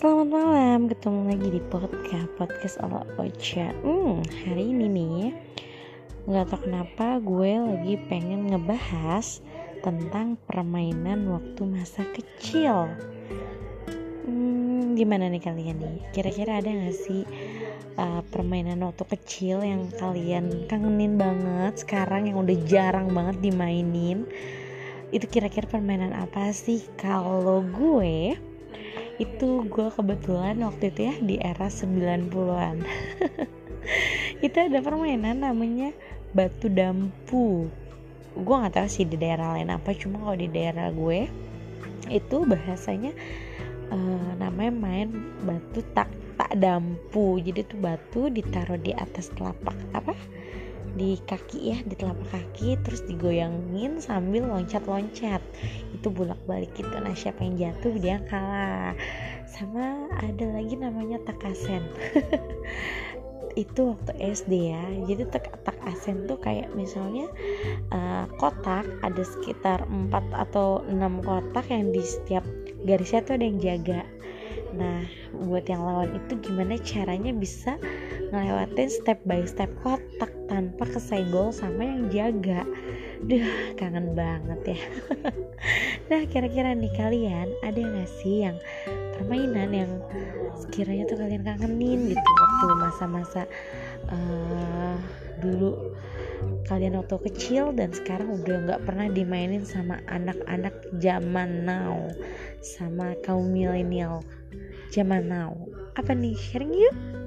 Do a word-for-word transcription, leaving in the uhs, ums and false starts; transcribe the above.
Selamat malam, ketemu lagi di podcast podcast ala Ocha. Hmm, hari ini nih, nggak tahu kenapa gue lagi pengen ngebahas tentang permainan waktu masa kecil. Hmm, gimana nih kalian nih? Kira-kira ada nggak sih uh, permainan waktu kecil yang kalian kangenin banget sekarang yang udah jarang banget dimainin? Itu kira-kira permainan apa sih? Kalau gue itu gue kebetulan waktu itu ya di era sembilan puluhan itu ada permainan namanya batu dampu. Gue gak tahu sih di daerah lain apa, cuma kalau di daerah gue itu bahasanya uh, namanya main batu tak tak dampu. Jadi tuh batu ditaruh di atas telapak apa di kaki ya, di telapak kaki, terus digoyangin sambil loncat-loncat. Itu bolak-balik gitu. Nah, siapa yang jatuh dia yang kalah. Sama ada lagi namanya takasen. Itu waktu S D ya. Jadi tak takasen tuh kayak misalnya uh, kotak ada sekitar empat atau enam kotak yang di setiap garisnya tuh ada yang jaga. Nah, buat yang lawan itu gimana caranya bisa ngelewatin step by step kotak tanpa kesenggol sama yang jaga. Duh, kangen banget ya. Nah, kira-kira nih kalian ada gak sih yang permainan yang sekiranya tuh kalian kangenin gitu waktu masa-masa uh, dulu kalian waktu kecil dan sekarang udah gak pernah dimainin sama anak-anak zaman now, sama kaum milenial zaman now. Apa nih, sharing yuk?